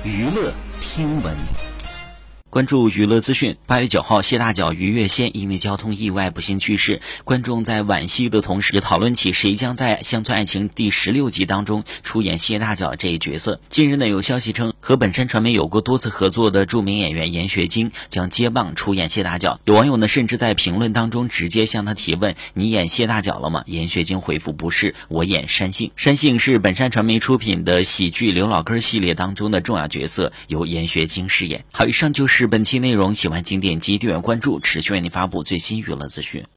娱乐听闻。 关注娱乐资讯。8月9号，谢大脚于月仙因为交通意外不幸去世。观众在惋惜的同时，也讨论起谁将在《乡村爱情》第16集当中出演谢大脚这一角色。近日呢，有消息称，和本山传媒有过多次合作的著名演员严学晶将接棒出演谢大脚。有网友呢，甚至在评论当中直接向他提问：“你演谢大脚了吗？”严学晶回复：“不是，我演山杏。”山杏是本山传媒出品的喜剧刘老根系列当中的重要角色，由严学晶饰演。好，以上就是本期内容，喜欢请点击订阅关注，持续为您发布最新娱乐资讯。